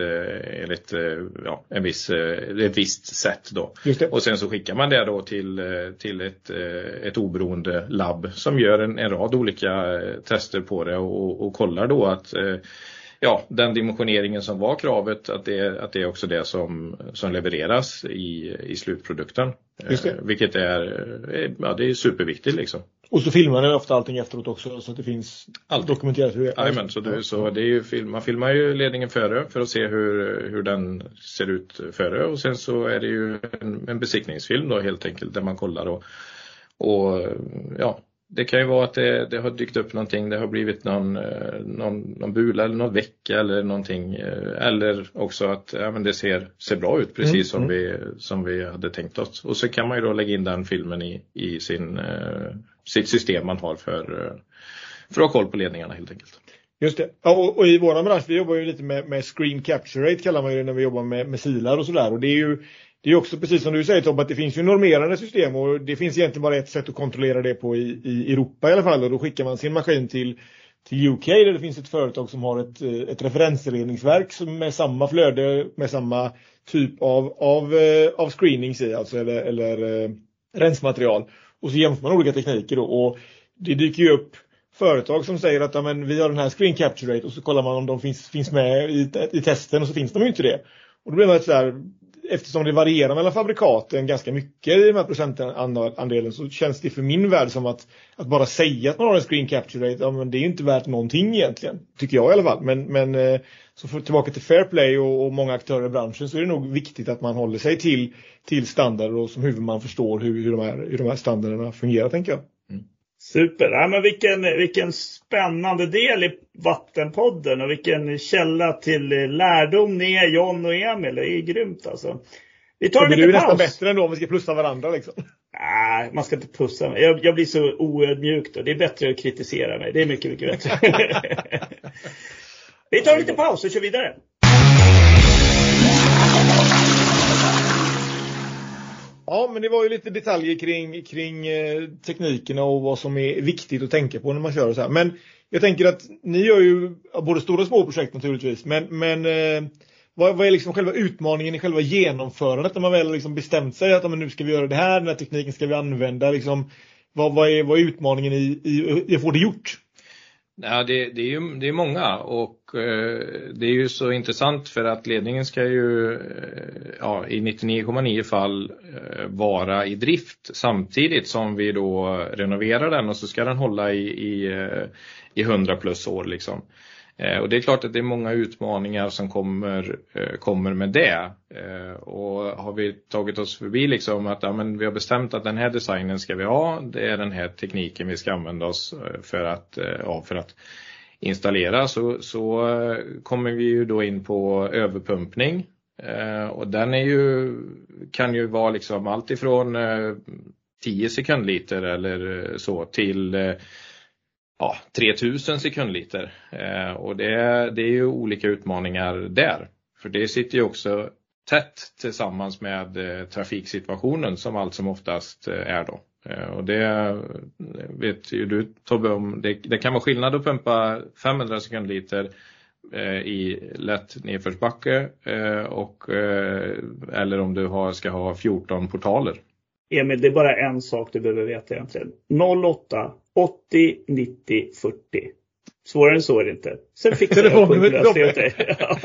ett visst sätt då. Just det. Och sen så skickar man det då till ett oberoende labb som gör en rad olika tester på det och kollar då att den dimensioneringen som var kravet, att det är också det som levereras i slutprodukten. Vilket är superviktigt liksom. Och så filmar det ofta allting efteråt också, så att det finns dokumenterat hur det är. Jajamän, så det är ju man filmar ju ledningen före för att se hur den ser ut före, och sen så är det ju en besiktningsfilm då helt enkelt, där man kollar och det kan ju vara att det har dykt upp någonting, det har blivit någon bula eller någon vecka eller någonting, eller också att men det ser bra ut precis som vi hade tänkt oss. Och så kan man ju då lägga in den filmen i sitt system man har för att ha koll på ledningarna helt enkelt. Just det. Ja, och i våra bransch, vi jobbar ju lite med screen capture rate kallar man ju det när vi jobbar med silar och sådär. Och det är ju också precis som du säger Tom, att det finns ju normerande system och det finns egentligen bara ett sätt att kontrollera det på i Europa i alla fall. Och då skickar man sin maskin till UK där det finns ett företag som har ett referensreningsverk som med samma flöde, med samma typ av screenings i, alltså eller rensmaterial. Och så jämför man olika tekniker då, och det dyker ju upp företag som säger att ja, men vi har den här screen capture rate, och så kollar man om de finns med i testen, och så finns de ju inte det. Och då blir man så här, eftersom det varierar mellan fabrikaten ganska mycket i den här procentandelen, så känns det för min värld som att bara säga att man har en screen capture rate, ja, men det är inte värt någonting egentligen, tycker jag i alla fall. Men så för tillbaka till fair play och många aktörer i branschen, så är det nog viktigt att man håller sig till standarder och som huvudman förstår hur de här standarderna fungerar, tänker jag. Super, ja, men vilken spännande del i Vattenpodden och vilken källa till lärdom ni är, John och Emil. Det är grymt alltså. Vi tar lite paus. Du är nästan bättre ändå om vi ska plussa varandra liksom. Nej, man ska inte pussa mig. Jag blir så oödmjuk då. Det är bättre att kritisera mig. Det är mycket, mycket bättre. Vi tar lite paus och kör vidare. Ja, men det var ju lite detaljer kring teknikerna och vad som är viktigt att tänka på när man kör och så här. Men jag tänker att ni gör ju både stora och små projekt naturligtvis. Men vad är liksom själva utmaningen i själva genomförandet när man väl liksom bestämt sig att nu ska vi göra det här, den här tekniken ska vi använda. Liksom, vad är utmaningen i att få det gjort? Ja, det är många, och det är ju så intressant för att ledningen ska ju i 99,9 fall vara i drift samtidigt som vi då renoverar den, och så ska den hålla i 100 plus år liksom. Och det är klart att det är många utmaningar som kommer med det. Och har vi tagit oss förbi liksom att vi har bestämt att den här designen ska vi ha, det är den här tekniken vi ska använda oss för att installera, så kommer vi ju då in på överpumpning. Och den kan ju vara liksom allt ifrån 10 sekundliter eller så till 3000 sekundliter. Och det är ju olika utmaningar där. För det sitter ju också tätt tillsammans med trafiksituationen som allt som oftast är då. Och det vet ju du Tobbe om. Det kan vara skillnad att pumpa 500 sekundliter i lätt nedförsbacke eller om du ska ha 14 portaler. Emil, det är bara en sak du behöver veta egentligen. 08 80 90 40. Svårare än så är det inte. Sen fixar jag punklösning.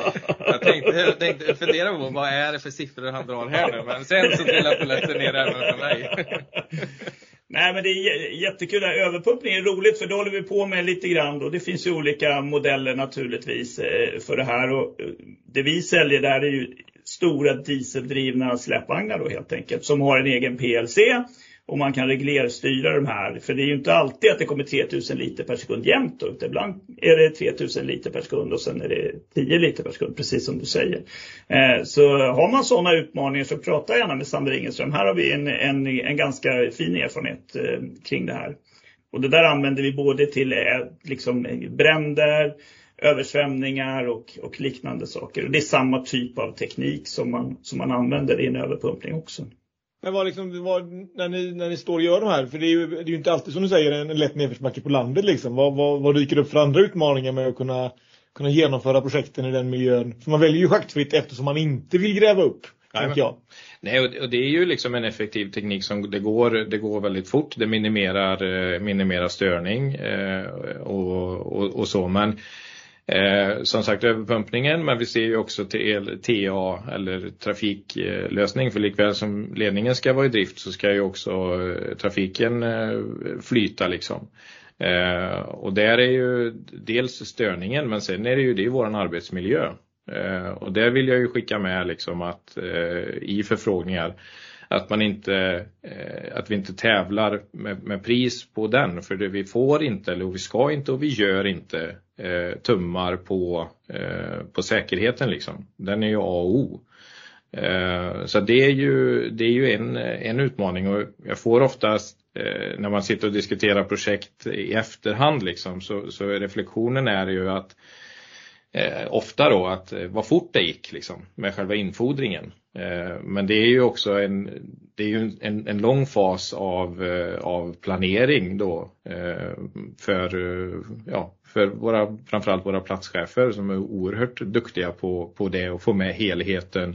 Jag tänkte fundera på vad är det för siffror han drar här nu. Men sen så trillar polletten ner även för mig. Nej, men det är jättekul. Överpumpning är roligt, för då håller vi på med lite grann. Och det finns ju olika modeller naturligtvis för det här. Och det vi säljer där är ju stora dieseldrivna släpvagnar då helt enkelt. Som har en egen PLC. Och man kan reglerstyra de här. För det är ju inte alltid att det kommer 3000 liter per sekund jämt. Då. Ibland är det 3000 liter per sekund och sen är det 10 liter per sekund. Precis som du säger. Så har man sådana utmaningar så prata gärna med Sander Ingeström. Här har vi en ganska fin erfarenhet kring det här. Och det där använder vi både till liksom bränder, översvämningar och liknande saker. Och det är samma typ av teknik som man använder i en överpumpning också. Men när ni står och gör de här, för det är ju inte alltid som du säger en lätt nedförsbacke på landet liksom. Vad dyker upp för andra utmaningar med att kunna genomföra projekten i den miljön? För man väljer ju schaktfritt eftersom man inte vill gräva upp, tänker jag. Nej, och det är ju liksom en effektiv teknik som det går väldigt fort. Det minimerar störning och så, men som sagt överpumpningen, men vi ser ju också till TA eller trafiklösning, för likväl som ledningen ska vara i drift så ska ju också trafiken flyta liksom. Och där är ju dels störningen, men sen är det är våran arbetsmiljö. Och där vill jag ju skicka med liksom att i förfrågningar att vi inte tävlar med pris på den, för det vi får inte, eller vi ska inte, och vi gör inte tummar på säkerheten liksom. Den är ju A och O. Så det är ju en utmaning, och jag får oftast när man sitter och diskuterar projekt i efterhand liksom, så reflektionen är ju att ofta då att vad fort det gick liksom, med själva infodringen. Men det är ju också en lång fas av planering då för framförallt våra platschefer som är oerhört duktiga på det och få med helheten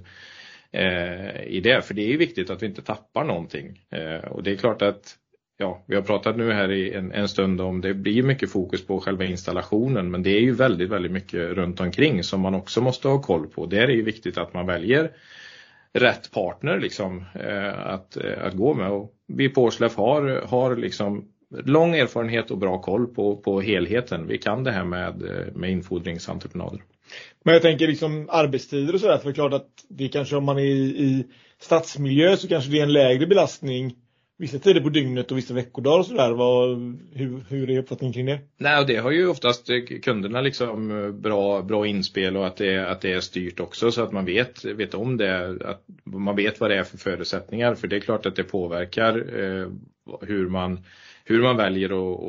i det. För det är ju viktigt att vi inte tappar någonting. Och det är klart att vi har pratat nu här i en stund om det blir mycket fokus på själva installationen, men det är ju väldigt, väldigt mycket runt omkring som man också måste ha koll på. Där är det ju viktigt att man väljer rätt partner liksom, att gå med. Och vi på Åslef har liksom lång erfarenhet och bra koll på helheten. Vi kan det här med infodringsentreprenörer. Men jag tänker liksom arbetstider och sådär, för det är klart att det kanske om man är i stadsmiljö så kanske det är en lägre belastning vissa tider på dygnet och vissa veckodagar och sådär. Hur är uppfattningen kring det? Nej, och det har ju oftast kunderna liksom bra inspel och att det är styrt också så att man vet om det, att man vet vad det är för förutsättningar, för det är klart att det påverkar hur man väljer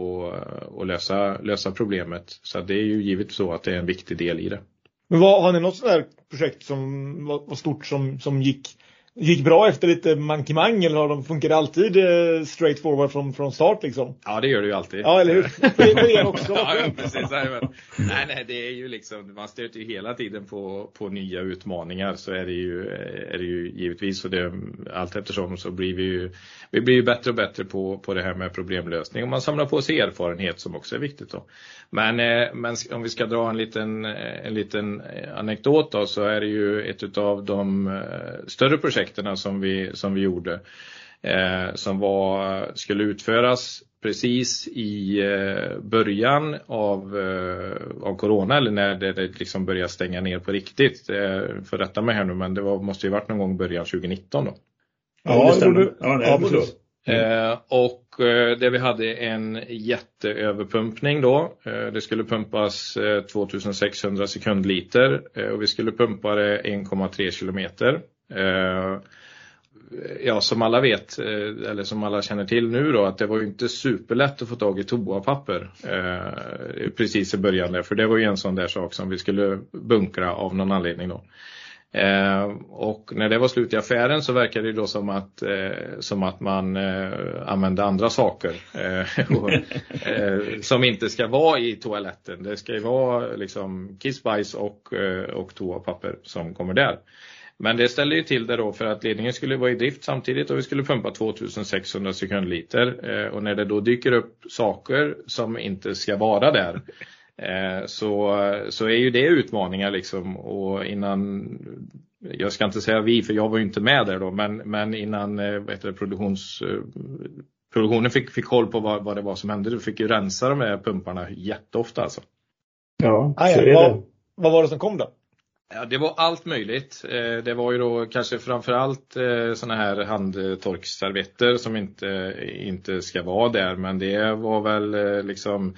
att lösa problemet. Så det är ju givet så att det är en viktig del i det. Men har ni något sådant här projekt som var stort som gick bra efter lite mankemang, eller har de funkat alltid straight forward från start liksom? Ja, det gör det ju alltid. Ja, eller hur? För er också. Ja, precis. Nej, det är ju liksom, man stöter ju hela tiden på nya utmaningar, så är det ju givetvis, och det allt eftersom så blir vi blir ju bättre och bättre på det här med problemlösning, och man samlar på sig erfarenhet som också är viktigt då. Men om vi ska dra en liten anekdot då, så är det ju ett av de större projekterna som vi gjorde som skulle utföras precis i början av corona, eller när det liksom började stänga ner på riktigt. För rätta mig här nu, men det måste ju varit någon gång början 2019 då. Ja, det stämmer. Ja, precis. Och där vi hade en jätteöverpumpning då. Det skulle pumpas 2600 sekundliter och vi skulle pumpa det 1,3 kilometer. Ja, som alla vet, eller som alla känner till nu då, att det var ju inte superlätt att få tag i toapapper precis i början där, för det var ju en sån där sak som vi skulle bunkra av någon anledning då. Och när det var slut i affären så verkade det då som att man använde andra saker som inte ska vara i toaletten. Det ska ju vara liksom kissbajs och toapapper som kommer där. Men det ställde ju till det då för att ledningen skulle vara i drift samtidigt och vi skulle pumpa 2600 sekundliter. Och när det då dyker upp saker som inte ska vara där, så är ju det utmaningar liksom. Och innan, jag ska inte säga vi, för jag var ju inte med där då, men innan produktionen fick koll på vad det var som hände, då fick ju rensa de här pumparna jätteofta alltså. Ja, vad var det som kom då? Ja, det var allt möjligt. Det var ju då kanske framförallt såna här handtorkservetter som inte ska vara där. Men det var väl liksom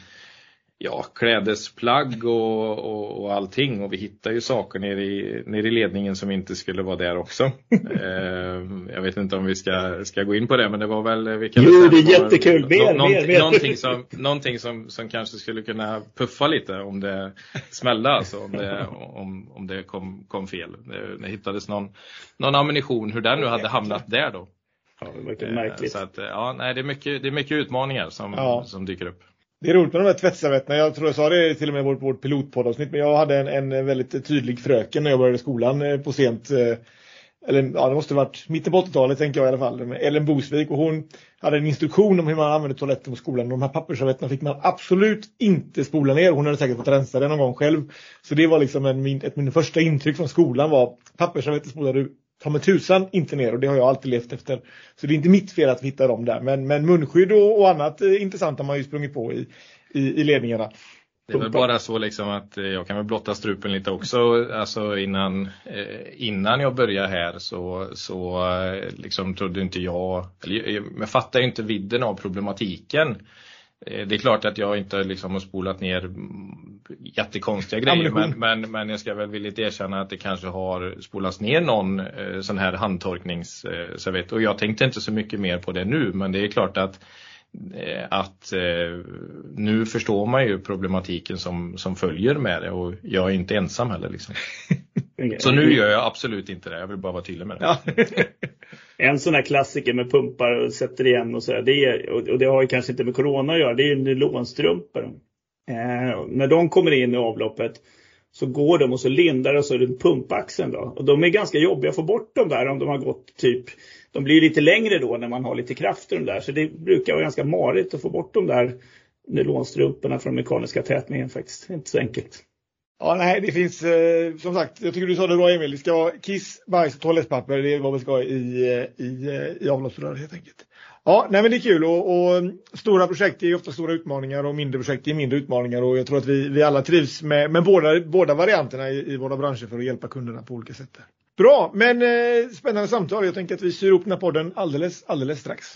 klädesplagg och allting. Och vi hittar ju saker nere i ledningen som inte skulle vara där också. Jag vet inte om vi ska gå in på det, men det var väl... Jo, det är jättekul. Mer. Någonting som kanske skulle kunna puffa lite om det smällde, alltså om det kom fel. Det hittades någon ammunition, hur den nu hade hamnat där då. Ja, det verkar märkligt. Så att, det är mycket utmaningar som dyker upp. Det är roligt med de här tvättservetterna. Jag tror jag sa det till och med i vårt pilotpoddavsnitt. Men jag hade en väldigt tydlig fröken när jag började skolan på sent. Det måste ha varit mitten på 80-talet tänker jag i alla fall. Ellen Bosvik, och hon hade en instruktion om hur man använde toaletten på skolan. De här pappersservetterna fick man absolut inte spola ner. Hon hade säkert fått rensa det någon gång själv. Så det var liksom min första intryck från skolan var pappersservetter spolade du ta med tusan inte ner, och det har jag alltid levt efter. Så det är inte mitt fel att vi hittar dem där. Men munskydd och annat intressant har man ju sprungit på i ledningarna. Det är väl bara så liksom att jag kan väl blotta strupen lite också. Alltså innan jag började här så liksom trodde inte jag fattar inte vidden av problematiken Det är klart att jag inte liksom har spolat ner jättekonstiga grejer, men jag ska väl villigt erkänna att det kanske har spolats ner någon sån här handtorkningsservett. Och jag tänkte inte så mycket mer på det nu, men det är klart att nu förstår man ju problematiken som följer med det, och jag är inte ensam heller liksom. Så nu gör jag absolut inte det, jag vill bara vara tydlig med det. Ja. En sån här klassiker med pumpar och sätter igen och så där, och det har ju kanske inte med corona att göra, det är ju nylonstrumpor. När de kommer in i avloppet så går de och så lindar och så är det pumpaxeln då. Och de är ganska jobbiga att få bort dem där om de har gått typ, de blir lite längre då när man har lite kraft i dem där. Så det brukar vara ganska marigt att få bort de där nylonstrumporna från mekaniska tätningen faktiskt. Inte så enkelt. Ja, nej, det finns som sagt, jag tycker du sa det bra Emil, det ska vara kiss, bajs och toalettpapper, det är vad vi ska ha i avloppsrör helt enkelt. Ja, nej men det är kul och stora projekt är ofta stora utmaningar och mindre projekt är mindre utmaningar, och jag tror att vi alla trivs med båda varianterna i våra branscher för att hjälpa kunderna på olika sätt. Bra, men spännande samtal, jag tänker att vi syr upp den här podden alldeles strax.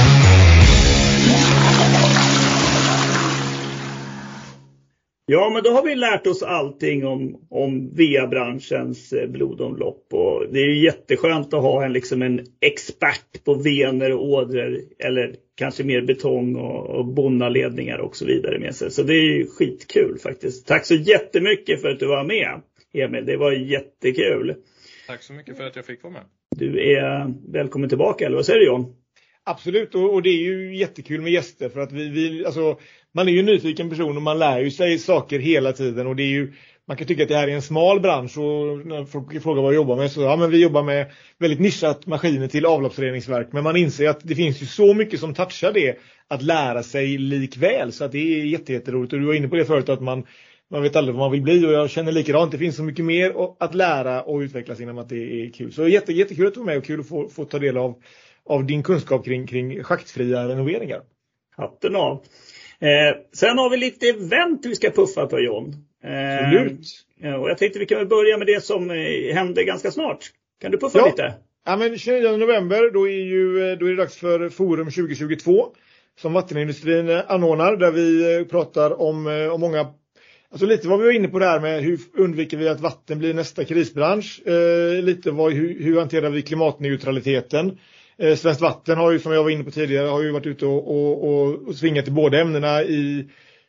Ja, men då har vi lärt oss allting om VA-branschens blodomlopp, och det är ju jätteskönt att ha en expert på vener och ådror, eller kanske mer betong och bonnaledningar och så vidare med sig. Så det är ju skitkul faktiskt. Tack så jättemycket för att du var med, Emil, det var jättekul. Tack så mycket för att jag fick vara med. Du är välkommen tillbaka, eller vad säger du John? Absolut, och det är ju jättekul med gäster för att alltså, man är ju en nyfiken person och man lär ju sig saker hela tiden, och det är ju, man kan tycka att det här är en smal bransch, och när folk frågar vad jag jobbar med så ja, men vi jobbar med väldigt nischat maskiner till avloppsreningsverk, men man inser att det finns ju så mycket som touchar det att lära sig likväl, så att det är jätteroligt. Och du var inne på det förut att man vet aldrig vad man vill bli, och jag känner likadant, det finns så mycket mer att lära och utvecklas inom att det är kul. Så jättekul att du var med och kul att få ta del av din kunskap kring schaktfria renoveringar. Hatten av. Sen har vi lite event vi ska puffa på, John. Absolut. Och jag tänkte vi kan väl börja med det som händer ganska snart. Kan du puffa lite? Ja, men 29 november då är det dags för Forum 2022 som vattenindustrin anordnar, där vi pratar om många, alltså lite vad vi var inne på där med hur undviker vi att vatten blir nästa krisbransch, lite hur hanterar vi klimatneutraliteten. Svenskt Vatten har ju, som jag var inne på tidigare, har ju varit ute och svingat i båda ämnena i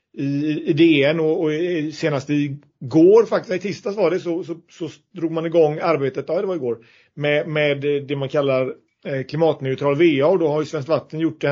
DN, och senast igår faktiskt, i tisdags var det, så drog man igång arbetet, ja det var igår, med det man kallar klimatneutral VA, och då har ju Svenskt Vatten gjort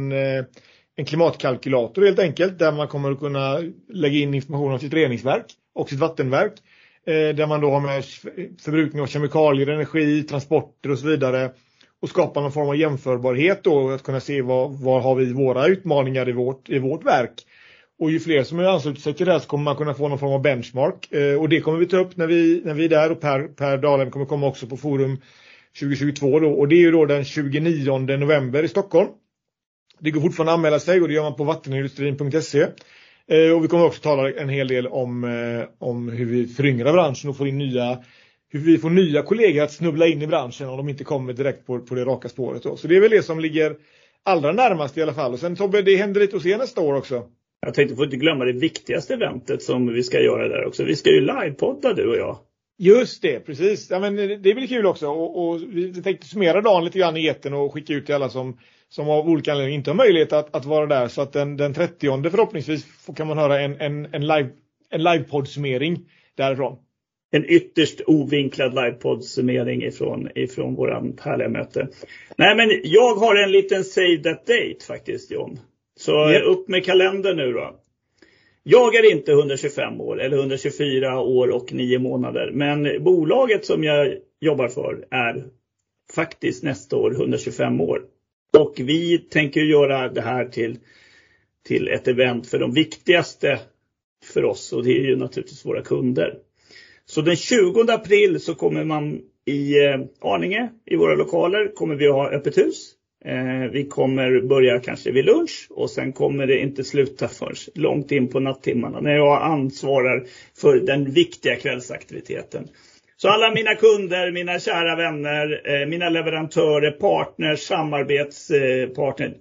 en klimatkalkylator helt enkelt, där man kommer att kunna lägga in information om sitt reningsverk och sitt vattenverk, där man då har med förbrukning av kemikalier, energi, transporter och så vidare, och skapa någon form av jämförbarhet då, att kunna se var har vi våra utmaningar i vårt verk. Och ju fler som är anslutit sig till det här så kommer man kunna få någon form av benchmark. Och det kommer vi ta upp när vi är där, och Per Dahlhem kommer komma också på Forum 2022 då. Och det är ju då den 29 november i Stockholm. Det går fortfarande att anmäla sig, och det gör man på vattenindustrin.se. Och vi kommer också tala en hel del om hur vi föryngrar branschen och får in hur vi får nya kollegor att snubbla in i branschen om de inte kommer direkt på det raka spåret då. Så det är väl det som ligger allra närmast i alla fall. Och sen Tobbe, det händer lite hos er nästa år också. Jag tänkte få inte glömma det viktigaste eventet som vi ska göra där också. Vi ska ju livepodda, du och jag. Just det, precis. Ja, men det är väl kul också. Och vi tänkte summera dagen lite grann i eten och skicka ut till alla som av olika anledningar inte har möjlighet att vara där. Så att den 30 förhoppningsvis kan man höra en livepodd-summering därifrån. En ytterst ovinklad livepodd-summering ifrån våran härliga möte. Nej, men jag har en liten save that date faktiskt, John. Så upp med kalendern nu då. Jag är inte 125 år eller 124 år och 9 månader. Men bolaget som jag jobbar för är faktiskt nästa år 125 år. Och vi tänker göra det här till ett event för de viktigaste för oss. Och det är ju naturligtvis våra kunder. Så den 20 april så kommer man i Arninge, i våra lokaler, kommer vi att ha öppet hus. Vi kommer börja kanske vid lunch, och sen kommer det inte sluta förrän långt in på nattimmarna när jag ansvarar för den viktiga kvällsaktiviteten. Så alla mina kunder, mina kära vänner, mina leverantörer, partners, samarbetspartner,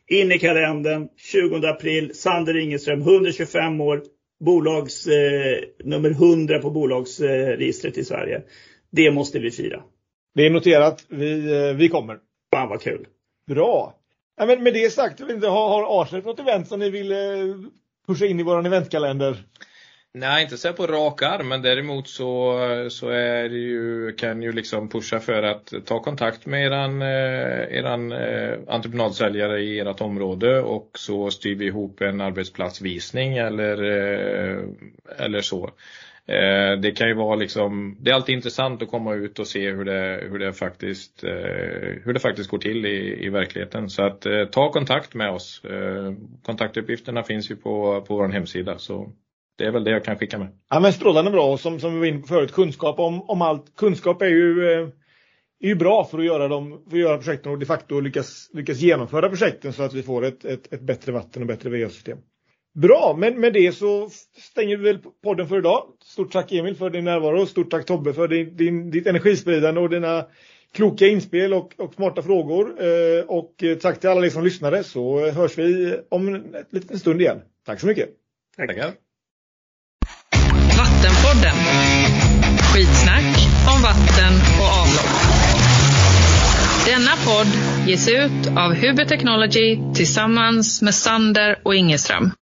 In i kalendern, 20 april, Sander Ingeström, 125 år, nummer 100 på bolagsregistret i Sverige. Det måste vi fira. Det är noterat, vi kommer. Fan vad kul. Bra. Ja, men med det sagt, har Arsenal något event som ni vill pusha in i våran eventkalender? Nej, inte så på rak arm, men däremot så är det ju, kan ju liksom pusha för att ta kontakt med eran entreprenadsäljare i ert område, och så styr vi ihop en arbetsplatsvisning eller så. Det kan ju vara liksom, det är alltid intressant att komma ut och se hur det faktiskt går till i verkligheten. Så att ta kontakt med oss. Kontaktuppgifterna finns ju på vår hemsida, så det är väl det jag kan skicka med. Ja, men strålande bra. Och som vi var inne på förut, kunskap om allt. Kunskap är ju bra för att göra projekten och de facto lyckas genomföra projekten så att vi får ett bättre vatten och bättre VA-system. Bra, men med det så stänger vi väl podden för idag. Stort tack Emil för din närvaro. Stort tack Tobbe för ditt energispridande och dina kloka inspel och smarta frågor. Och tack till alla er som lyssnade, så hörs vi om en liten stund igen. Tack så mycket. Tackar. Vattenpodden. Skitsnack om vatten och avlopp. Denna podd ges ut av Hubber Technology tillsammans med Sander och Ingeström.